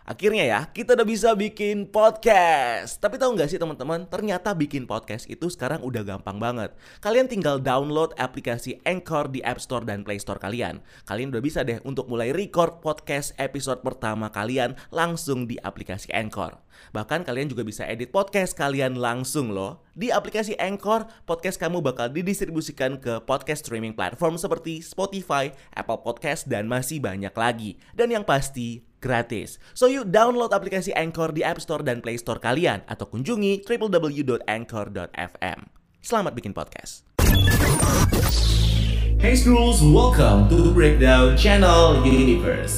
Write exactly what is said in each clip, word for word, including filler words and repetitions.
Akhirnya ya, kita udah bisa bikin podcast. Tapi tahu nggak sih teman-teman, ternyata bikin podcast itu sekarang udah gampang banget. Kalian tinggal download aplikasi Anchor di App Store dan Play Store kalian. Kalian udah bisa deh untuk mulai record podcast episode pertama kalian langsung di aplikasi Anchor. Bahkan kalian juga bisa edit podcast kalian langsung loh. Di aplikasi Anchor, podcast kamu bakal didistribusikan ke podcast streaming platform seperti Spotify, Apple Podcast, dan masih banyak lagi. Dan yang pasti, gratis. So you download aplikasi Anchor di App Store dan Play Store kalian atau kunjungi w w w dot anchor dot f m. Selamat bikin podcast. Hey Scrolls, welcome to Breakdown Channel Universe.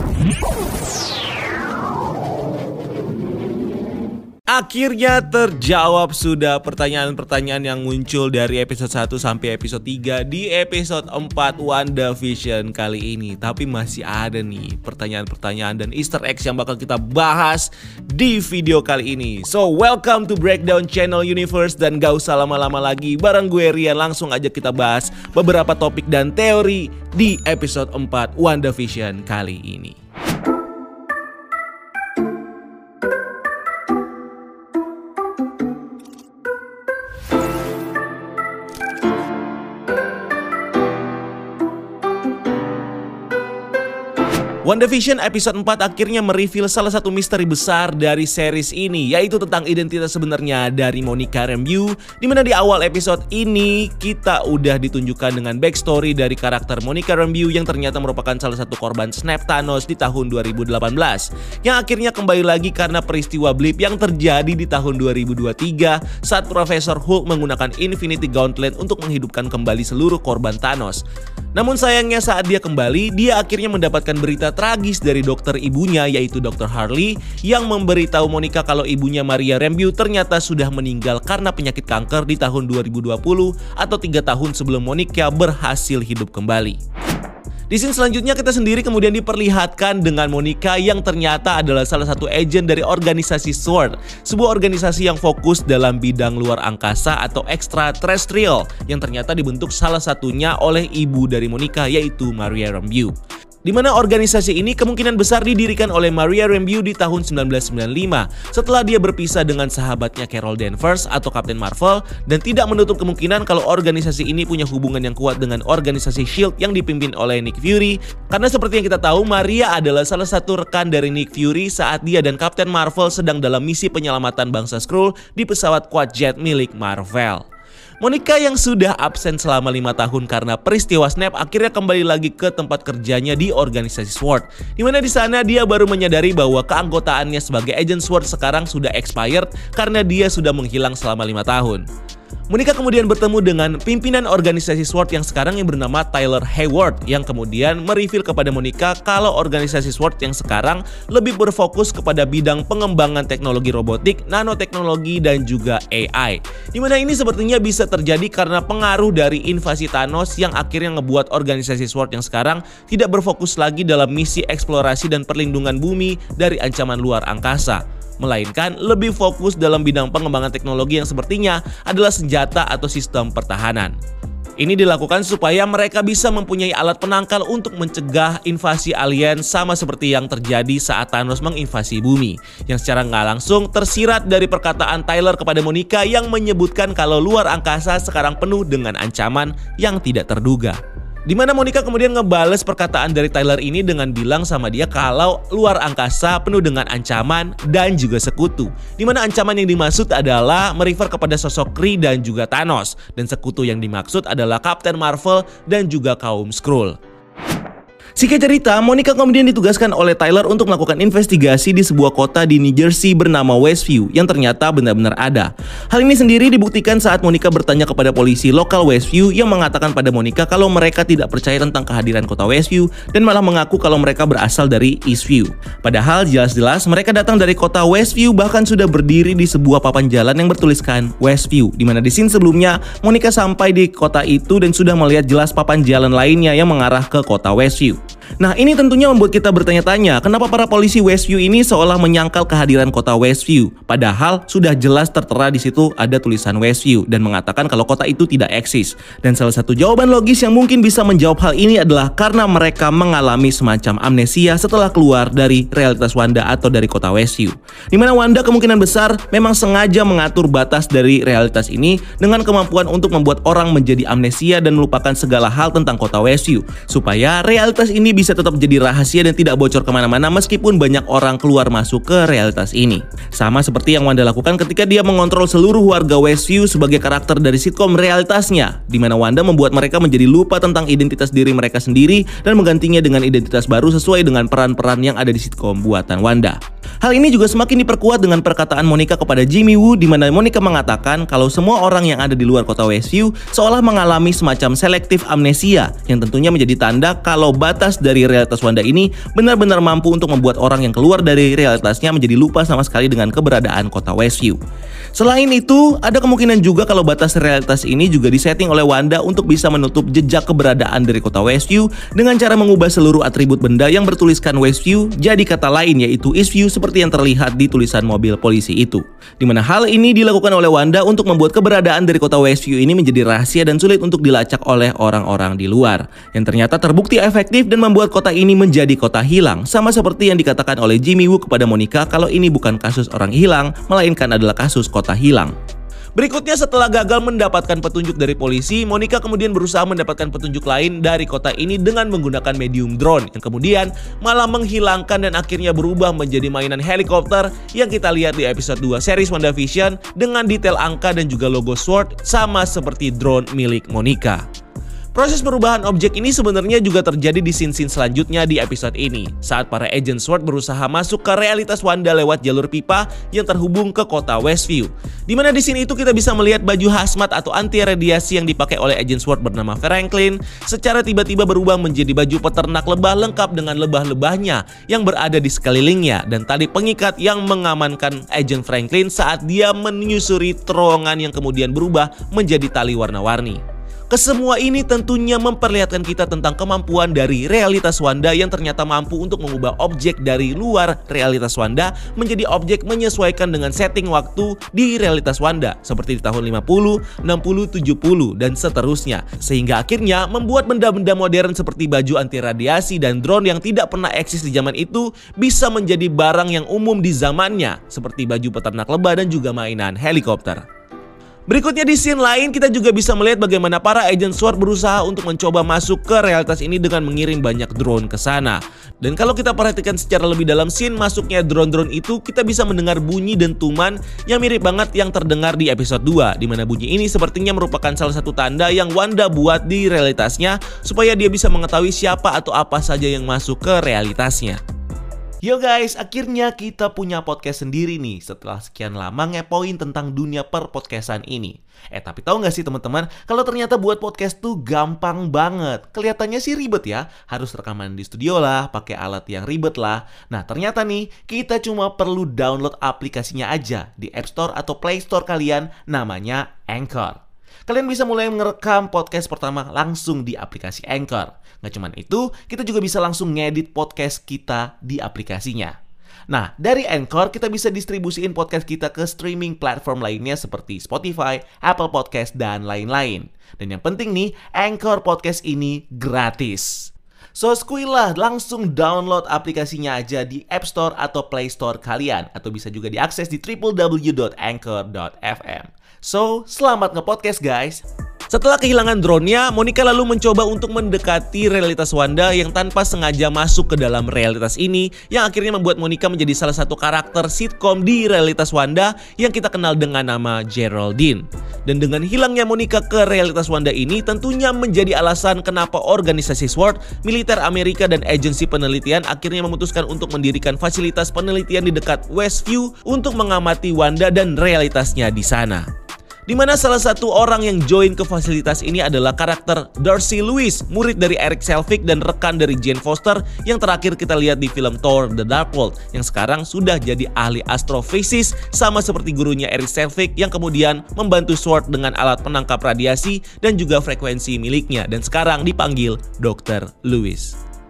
Akhirnya terjawab sudah pertanyaan-pertanyaan yang muncul dari episode satu sampai episode tiga di episode empat WandaVision kali ini. Tapi masih ada nih pertanyaan-pertanyaan dan easter eggs yang bakal kita bahas di video kali ini. So welcome to Breakdown Channel Universe, dan gak usah lama-lama lagi, bareng gue Rian langsung aja kita bahas beberapa topik dan teori di episode empat WandaVision kali ini. WandaVision episode empat akhirnya mereveal salah satu misteri besar dari series ini, yaitu tentang identitas sebenarnya dari Monica Rambeau. Dimana di awal episode ini kita udah ditunjukkan dengan backstory dari karakter Monica Rambeau yang ternyata merupakan salah satu korban snap Thanos di tahun dua ribu delapan belas, yang akhirnya kembali lagi karena peristiwa blip yang terjadi di tahun dua ribu dua puluh tiga saat Profesor Hulk menggunakan Infinity Gauntlet untuk menghidupkan kembali seluruh korban Thanos. Namun sayangnya saat dia kembali, dia akhirnya mendapatkan berita tragis dari dokter ibunya, yaitu dokter Harley, yang memberitahu Monica kalau ibunya Maria Rambeau ternyata sudah meninggal karena penyakit kanker di tahun dua ribu dua puluh atau tiga tahun sebelum Monica berhasil hidup kembali. Di scene selanjutnya kita sendiri kemudian diperlihatkan dengan Monica yang ternyata adalah salah satu agen dari organisasi SWORD, sebuah organisasi yang fokus dalam bidang luar angkasa atau extraterrestrial, yang ternyata dibentuk salah satunya oleh ibu dari Monica, yaitu Maria Rambeau. Di mana organisasi ini kemungkinan besar didirikan oleh Maria Rambeau di tahun sembilan belas sembilan puluh lima setelah dia berpisah dengan sahabatnya Carol Danvers atau Captain Marvel, dan tidak menutup kemungkinan kalau organisasi ini punya hubungan yang kuat dengan organisasi SHIELD yang dipimpin oleh Nick Fury, karena seperti yang kita tahu Maria adalah salah satu rekan dari Nick Fury saat dia dan Captain Marvel sedang dalam misi penyelamatan bangsa Skrull di pesawat quad jet milik Marvel. Monica yang sudah absen selama lima tahun karena peristiwa Snap akhirnya kembali lagi ke tempat kerjanya di organisasi SWORD, di mana di sana dia baru menyadari bahwa keanggotaannya sebagai agent SWORD sekarang sudah expired karena dia sudah menghilang selama lima tahun. Monica kemudian bertemu dengan pimpinan organisasi SWORD yang sekarang yang bernama Tyler Hayward, yang kemudian mereveal kepada Monica kalau organisasi SWORD yang sekarang lebih berfokus kepada bidang pengembangan teknologi robotik, nanoteknologi, dan juga A I. Dimana ini sepertinya bisa terjadi karena pengaruh dari invasi Thanos yang akhirnya ngebuat organisasi SWORD yang sekarang tidak berfokus lagi dalam misi eksplorasi dan perlindungan bumi dari ancaman luar angkasa, melainkan lebih fokus dalam bidang pengembangan teknologi yang sepertinya adalah senjata atau sistem pertahanan. Ini dilakukan supaya mereka bisa mempunyai alat penangkal untuk mencegah invasi alien, sama seperti yang terjadi saat Thanos menginvasi bumi, yang secara nggak langsung tersirat dari perkataan Tyler kepada Monica yang menyebutkan kalau luar angkasa sekarang penuh dengan ancaman yang tidak terduga. Di mana Monica kemudian ngebales perkataan dari Tyler ini dengan bilang sama dia kalau luar angkasa penuh dengan ancaman dan juga sekutu. Di mana ancaman yang dimaksud adalah merefer kepada sosok Kree dan juga Thanos, dan sekutu yang dimaksud adalah Captain Marvel dan juga kaum Skrull. Singkat cerita, Monica kemudian ditugaskan oleh Tyler untuk melakukan investigasi di sebuah kota di New Jersey bernama Westview yang ternyata benar-benar ada. Hal ini sendiri dibuktikan saat Monica bertanya kepada polisi lokal Westview yang mengatakan pada Monica kalau mereka tidak percaya tentang kehadiran kota Westview dan malah mengaku kalau mereka berasal dari Eastview. Padahal jelas-jelas mereka datang dari kota Westview, bahkan sudah berdiri di sebuah papan jalan yang bertuliskan Westview, di mana di scene sebelumnya Monica sampai di kota itu dan sudah melihat jelas papan jalan lainnya yang mengarah ke kota Westview. Nah, ini tentunya membuat kita bertanya-tanya, kenapa para polisi Westview ini seolah menyangkal kehadiran kota Westview, padahal sudah jelas tertera di situ ada tulisan Westview dan mengatakan kalau kota itu tidak eksis. Dan salah satu jawaban logis yang mungkin bisa menjawab hal ini adalah karena mereka mengalami semacam amnesia setelah keluar dari realitas Wanda atau dari kota Westview. Dimana Wanda kemungkinan besar memang sengaja mengatur batas dari realitas ini dengan kemampuan untuk membuat orang menjadi amnesia dan melupakan segala hal tentang kota Westview, supaya realitas ini bisa tetap jadi rahasia dan tidak bocor kemana-mana meskipun banyak orang keluar masuk ke realitas ini. Sama seperti yang Wanda lakukan ketika dia mengontrol seluruh warga Westview sebagai karakter dari sitkom realitasnya, di mana Wanda membuat mereka menjadi lupa tentang identitas diri mereka sendiri dan menggantinya dengan identitas baru sesuai dengan peran-peran yang ada di sitkom buatan Wanda. Hal ini juga semakin diperkuat dengan perkataan Monica kepada Jimmy Woo, di mana Monica mengatakan kalau semua orang yang ada di luar kota Westview seolah mengalami semacam selektif amnesia, yang tentunya menjadi tanda kalau batas dari realitas Wanda ini benar-benar mampu untuk membuat orang yang keluar dari realitasnya menjadi lupa sama sekali dengan keberadaan kota Westview. Selain itu, ada kemungkinan juga kalau batas realitas ini juga disetting oleh Wanda untuk bisa menutup jejak keberadaan dari kota Westview dengan cara mengubah seluruh atribut benda yang bertuliskan Westview jadi kata lain, yaitu Eastview, seperti yang terlihat di tulisan mobil polisi itu. Dimana hal ini dilakukan oleh Wanda untuk membuat keberadaan dari kota Westview ini menjadi rahasia dan sulit untuk dilacak oleh orang-orang di luar, yang ternyata terbukti efektif dan membuat kota ini menjadi kota hilang, sama seperti yang dikatakan oleh Jimmy Woo kepada Monica kalau ini bukan kasus orang hilang, melainkan adalah kasus kota hilang. Berikutnya, setelah gagal mendapatkan petunjuk dari polisi, Monica kemudian berusaha mendapatkan petunjuk lain dari kota ini dengan menggunakan medium drone, yang kemudian malah menghilangkan dan akhirnya berubah menjadi mainan helikopter yang kita lihat di episode dua series WandaVision dengan detail angka dan juga logo SWORD sama seperti drone milik Monica. Proses perubahan objek ini sebenarnya juga terjadi di scene-scene selanjutnya di episode ini, saat para agent SWORD berusaha masuk ke realitas Wanda lewat jalur pipa yang terhubung ke kota Westview. Dimana di sini itu kita bisa melihat baju hazmat atau anti radiasi yang dipakai oleh agent SWORD bernama Franklin secara tiba-tiba berubah menjadi baju peternak lebah lengkap dengan lebah-lebahnya yang berada di sekelilingnya dan tali pengikat yang mengamankan agent Franklin saat dia menyusuri terowongan yang kemudian berubah menjadi tali warna-warni. Kesemua ini tentunya memperlihatkan kita tentang kemampuan dari realitas Wanda yang ternyata mampu untuk mengubah objek dari luar realitas Wanda menjadi objek menyesuaikan dengan setting waktu di realitas Wanda seperti di tahun lima puluh, enam puluh, tujuh puluh dan seterusnya, sehingga akhirnya membuat benda-benda modern seperti baju anti radiasi dan drone yang tidak pernah eksis di zaman itu bisa menjadi barang yang umum di zamannya seperti baju peternak lebah dan juga mainan helikopter. Berikutnya di scene lain kita juga bisa melihat bagaimana para agent SWORD berusaha untuk mencoba masuk ke realitas ini dengan mengirim banyak drone ke sana. Dan kalau kita perhatikan secara lebih dalam scene masuknya drone-drone itu, kita bisa mendengar bunyi dentuman yang mirip banget yang terdengar di episode dua, di mana bunyi ini sepertinya merupakan salah satu tanda yang Wanda buat di realitasnya supaya dia bisa mengetahui siapa atau apa saja yang masuk ke realitasnya. Yo guys, akhirnya kita punya podcast sendiri nih setelah sekian lama ngepoin tentang dunia per-podcastan ini. Eh tapi tahu nggak sih teman-teman, kalau ternyata buat podcast tuh gampang banget. Kelihatannya sih ribet ya, harus rekaman di studio lah, pakai alat yang ribet lah. Nah ternyata nih, kita cuma perlu download aplikasinya aja di App Store atau Play Store kalian, namanya Anchor. Kalian bisa mulai ngerekam podcast pertama langsung di aplikasi Anchor. Nggak cuman itu, kita juga bisa langsung ngedit podcast kita di aplikasinya. Nah, dari Anchor kita bisa distribusiin podcast kita ke streaming platform lainnya seperti Spotify, Apple Podcast, dan lain-lain. Dan yang penting nih, Anchor Podcast ini gratis. So, skuil lah, langsung download aplikasinya aja di App Store atau Play Store kalian. Atau bisa juga diakses di w w w dot anchor dot f m. So, selamat nge-podcast guys! Setelah kehilangan drone-nya, Monica lalu mencoba untuk mendekati realitas Wanda yang tanpa sengaja masuk ke dalam realitas ini, yang akhirnya membuat Monica menjadi salah satu karakter sitkom di realitas Wanda yang kita kenal dengan nama Geraldine. Dan dengan hilangnya Monica ke realitas Wanda ini tentunya menjadi alasan kenapa organisasi SWORD, militer Amerika dan agensi penelitian akhirnya memutuskan untuk mendirikan fasilitas penelitian di dekat Westview untuk mengamati Wanda dan realitasnya di sana. Di mana salah satu orang yang join ke fasilitas ini adalah karakter Darcy Lewis, murid dari Eric Selvig dan rekan dari Jane Foster yang terakhir kita lihat di film Thor: The Dark World, yang sekarang sudah jadi ahli astrofisis sama seperti gurunya Eric Selvig yang kemudian membantu SWORD dengan alat penangkap radiasi dan juga frekuensi miliknya dan sekarang dipanggil dokter Lewis.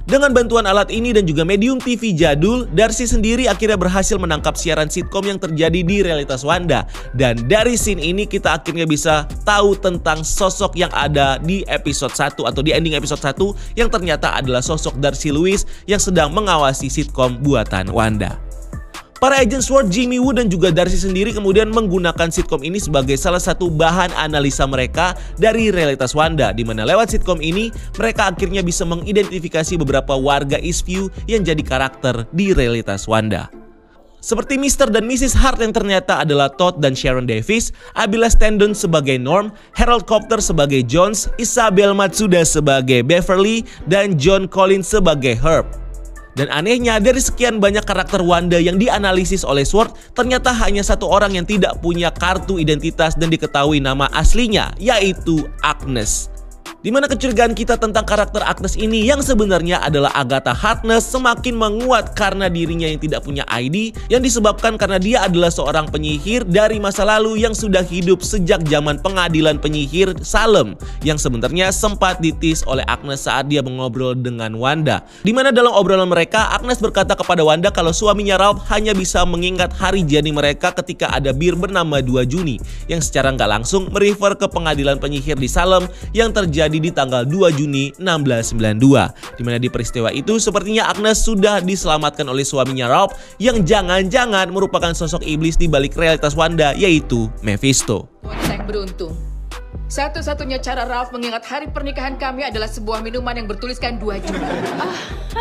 Dengan bantuan alat ini dan juga medium T V jadul, Darcy sendiri akhirnya berhasil menangkap siaran sitkom yang terjadi di realitas Wanda. Dan dari scene ini kita akhirnya bisa tahu tentang sosok yang ada di episode satu atau di ending episode satu yang ternyata adalah sosok Darcy Lewis yang sedang mengawasi sitkom buatan Wanda. Para agent SWORD, Jimmy Woo dan juga Darcy sendiri kemudian menggunakan sitkom ini sebagai salah satu bahan analisa mereka dari realitas Wanda, di mana lewat sitkom ini mereka akhirnya bisa mengidentifikasi beberapa warga Eastview yang jadi karakter di realitas Wanda. Seperti mister dan missus Hart yang ternyata adalah Todd dan Sharon Davis, Abila Stendon sebagai Norm, Harold Copter sebagai Jones, Isabel Matsuda sebagai Beverly, dan John Collins sebagai Herb. Dan anehnya, dari sekian banyak karakter Wanda yang dianalisis oleh SWORD, ternyata hanya satu orang yang tidak punya kartu identitas dan diketahui nama aslinya, yaitu Agnes. Di mana kecurigaan kita tentang karakter Agnes ini yang sebenarnya adalah Agatha Harkness semakin menguat karena dirinya yang tidak punya I D, yang disebabkan karena dia adalah seorang penyihir dari masa lalu yang sudah hidup sejak zaman pengadilan penyihir Salem, yang sebenarnya sempat ditis oleh Agnes saat dia mengobrol dengan Wanda. Di mana dalam obrolan mereka, Agnes berkata kepada Wanda kalau suaminya Ralph hanya bisa mengingat hari jadi mereka ketika ada bir bernama dua Juni, yang secara nggak langsung merefer ke pengadilan penyihir di Salem yang terjadi di tanggal dua Juni enam belas sembilan puluh dua. Dimana di peristiwa itu sepertinya Agnes sudah diselamatkan oleh suaminya Ralph yang jangan-jangan merupakan sosok iblis di balik realitas Wanda, yaitu Mephisto. Wanita yang beruntung. Satu-satunya cara Ralph mengingat hari pernikahan kami adalah sebuah minuman yang bertuliskan dua Juni. Ah,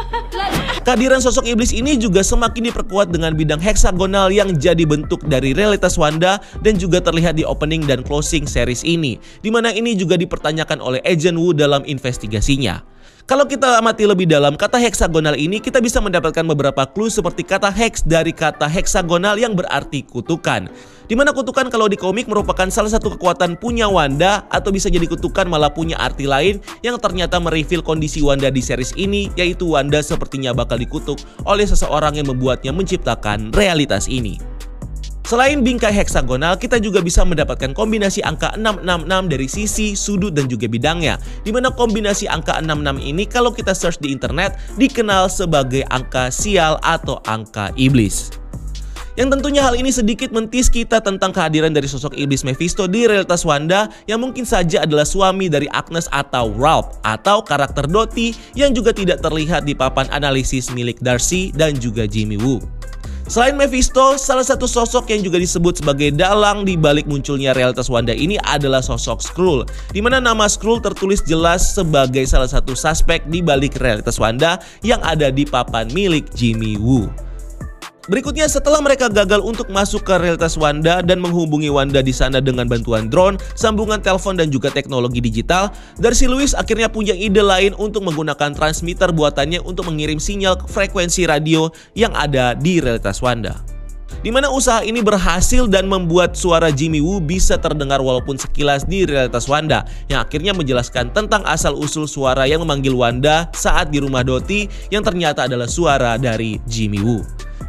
Kehadiran sosok iblis ini juga semakin diperkuat dengan bidang heksagonal yang jadi bentuk dari realitas Wanda dan juga terlihat di opening dan closing series ini, dimana ini juga dipertanyakan oleh Agent Woo dalam investigasinya. Kalau kita amati lebih dalam kata heksagonal ini, kita bisa mendapatkan beberapa clue seperti kata hex dari kata heksagonal yang berarti kutukan. Dimana kutukan kalau di komik merupakan salah satu kekuatan punya Wanda, atau bisa jadi kutukan malah punya arti lain yang ternyata mereveal kondisi Wanda di series ini, yaitu Wanda sepertinya bakal dikutuk oleh seseorang yang membuatnya menciptakan realitas ini. Selain bingkai heksagonal, kita juga bisa mendapatkan kombinasi angka enam enam enam dari sisi, sudut, dan juga bidangnya. Dimana kombinasi angka enam enam ini kalau kita search di internet dikenal sebagai angka sial atau angka iblis. Yang tentunya hal ini sedikit mentis kita tentang kehadiran dari sosok iblis Mephisto di realitas Wanda yang mungkin saja adalah suami dari Agnes atau Ralph, atau karakter Dottie yang juga tidak terlihat di papan analisis milik Darcy dan juga Jimmy Woo. Selain Mephisto, salah satu sosok yang juga disebut sebagai dalang di balik munculnya realitas Wanda ini adalah sosok Skrull, di mana nama Skrull tertulis jelas sebagai salah satu suspek di balik realitas Wanda yang ada di papan milik Jimmy Woo. Berikutnya, setelah mereka gagal untuk masuk ke realitas Wanda dan menghubungi Wanda di sana dengan bantuan drone, sambungan telepon dan juga teknologi digital, Darcy Lewis akhirnya punya ide lain untuk menggunakan transmitter buatannya untuk mengirim sinyal ke frekuensi radio yang ada di realitas Wanda. Di mana usaha ini berhasil dan membuat suara Jimmy Woo bisa terdengar walaupun sekilas di realitas Wanda, yang akhirnya menjelaskan tentang asal-usul suara yang memanggil Wanda saat di rumah Dottie yang ternyata adalah suara dari Jimmy Woo.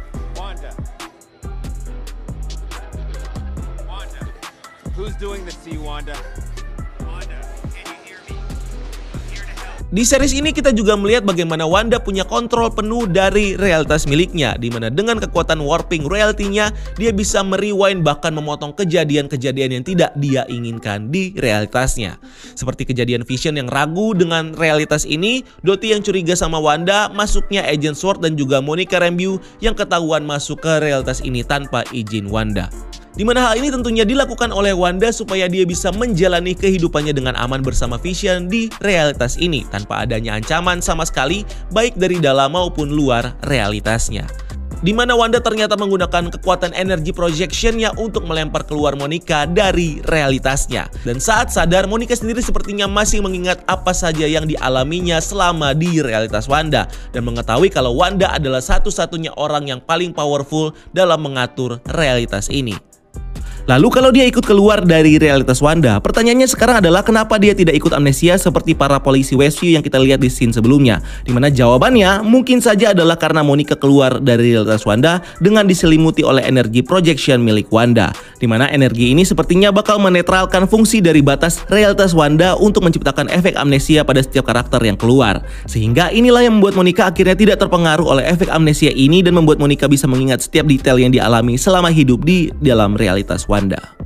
Who's doing the C, Wanda? Wanda, can you hear me? I'm here to help. Di series ini kita juga melihat bagaimana Wanda punya kontrol penuh dari realitas miliknya, di mana dengan kekuatan warping reality-nya dia bisa merewind bahkan memotong kejadian-kejadian yang tidak dia inginkan di realitasnya. Seperti kejadian Vision yang ragu dengan realitas ini, Dottie yang curiga sama Wanda, masuknya Agent SWORD dan juga Monica Rambeau yang ketahuan masuk ke realitas ini tanpa izin Wanda. Di mana hal ini tentunya dilakukan oleh Wanda supaya dia bisa menjalani kehidupannya dengan aman bersama Vision di realitas ini tanpa adanya ancaman sama sekali baik dari dalam maupun luar realitasnya. Di mana Wanda ternyata menggunakan kekuatan energi projectionnya untuk melempar keluar Monica dari realitasnya. Dan saat sadar, Monica sendiri sepertinya masih mengingat apa saja yang dialaminya selama di realitas Wanda dan mengetahui kalau Wanda adalah satu-satunya orang yang paling powerful dalam mengatur realitas ini. Lalu kalau dia ikut keluar dari realitas Wanda, pertanyaannya sekarang adalah kenapa dia tidak ikut amnesia seperti para polisi Westview yang kita lihat di scene sebelumnya? Dimana jawabannya mungkin saja adalah karena Monica keluar dari realitas Wanda dengan diselimuti oleh energi projection milik Wanda. Dimana energi ini sepertinya bakal menetralkan fungsi dari batas realitas Wanda untuk menciptakan efek amnesia pada setiap karakter yang keluar. Sehingga inilah yang membuat Monica akhirnya tidak terpengaruh oleh efek amnesia ini dan membuat Monica bisa mengingat setiap detail yang dialami selama hidup di dalam realitas Wanda.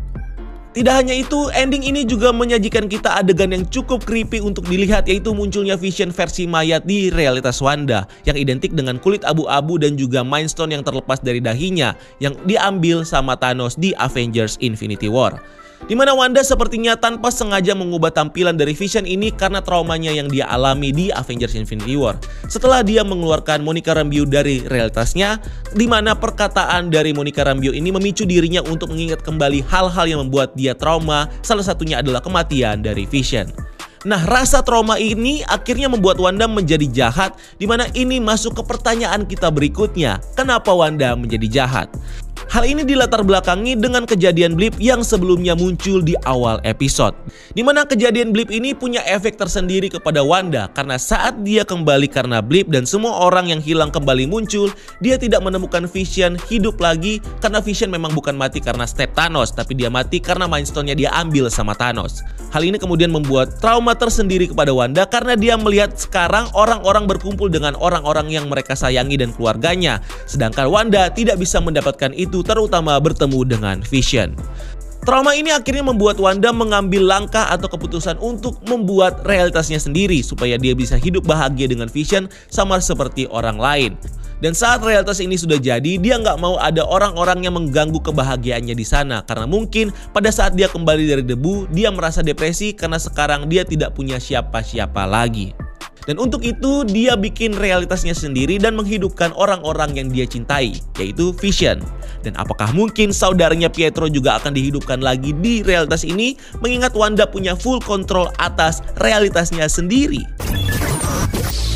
Tidak hanya itu, ending ini juga menyajikan kita adegan yang cukup creepy untuk dilihat, yaitu munculnya Vision versi mayat di realitas Wanda yang identik dengan kulit abu-abu dan juga Mind Stone yang terlepas dari dahinya yang diambil sama Thanos di Avengers Infinity War. Dimana Wanda sepertinya tanpa sengaja mengubah tampilan dari Vision ini karena traumanya yang dia alami di Avengers Infinity War. Setelah dia mengeluarkan Monica Rambeau dari realitasnya, dimana perkataan dari Monica Rambeau ini memicu dirinya untuk mengingat kembali hal-hal yang membuat dia trauma, salah satunya adalah kematian dari Vision. Nah, rasa trauma ini akhirnya membuat Wanda menjadi jahat, dimana ini masuk ke pertanyaan kita berikutnya, kenapa Wanda menjadi jahat? Hal ini dilatar belakangi dengan kejadian blip yang sebelumnya muncul di awal episode. Dimana kejadian blip ini punya efek tersendiri kepada Wanda karena saat dia kembali karena blip dan semua orang yang hilang kembali muncul, dia tidak menemukan Vision hidup lagi karena Vision memang bukan mati karena step Thanos, tapi dia mati karena Mind Stone-nya dia ambil sama Thanos. Hal ini kemudian membuat trauma tersendiri kepada Wanda karena dia melihat sekarang orang-orang berkumpul dengan orang-orang yang mereka sayangi dan keluarganya, sedangkan Wanda tidak bisa mendapatkan itu, terutama bertemu dengan Vision. Trauma ini akhirnya membuat Wanda mengambil langkah atau keputusan untuk membuat realitasnya sendiri supaya dia bisa hidup bahagia dengan Vision sama seperti orang lain. Dan saat realitas ini sudah jadi, dia nggak mau ada orang-orang yang mengganggu kebahagiaannya di sana karena mungkin pada saat dia kembali dari debu, dia merasa depresi karena sekarang dia tidak punya siapa-siapa lagi. Dan untuk itu dia bikin realitasnya sendiri dan menghidupkan orang-orang yang dia cintai, yaitu Vision. Dan apakah mungkin saudaranya Pietro juga akan dihidupkan lagi di realitas ini, mengingat Wanda punya full control atas realitasnya sendiri?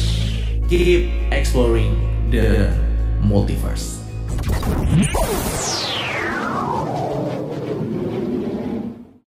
Keep exploring the multiverse.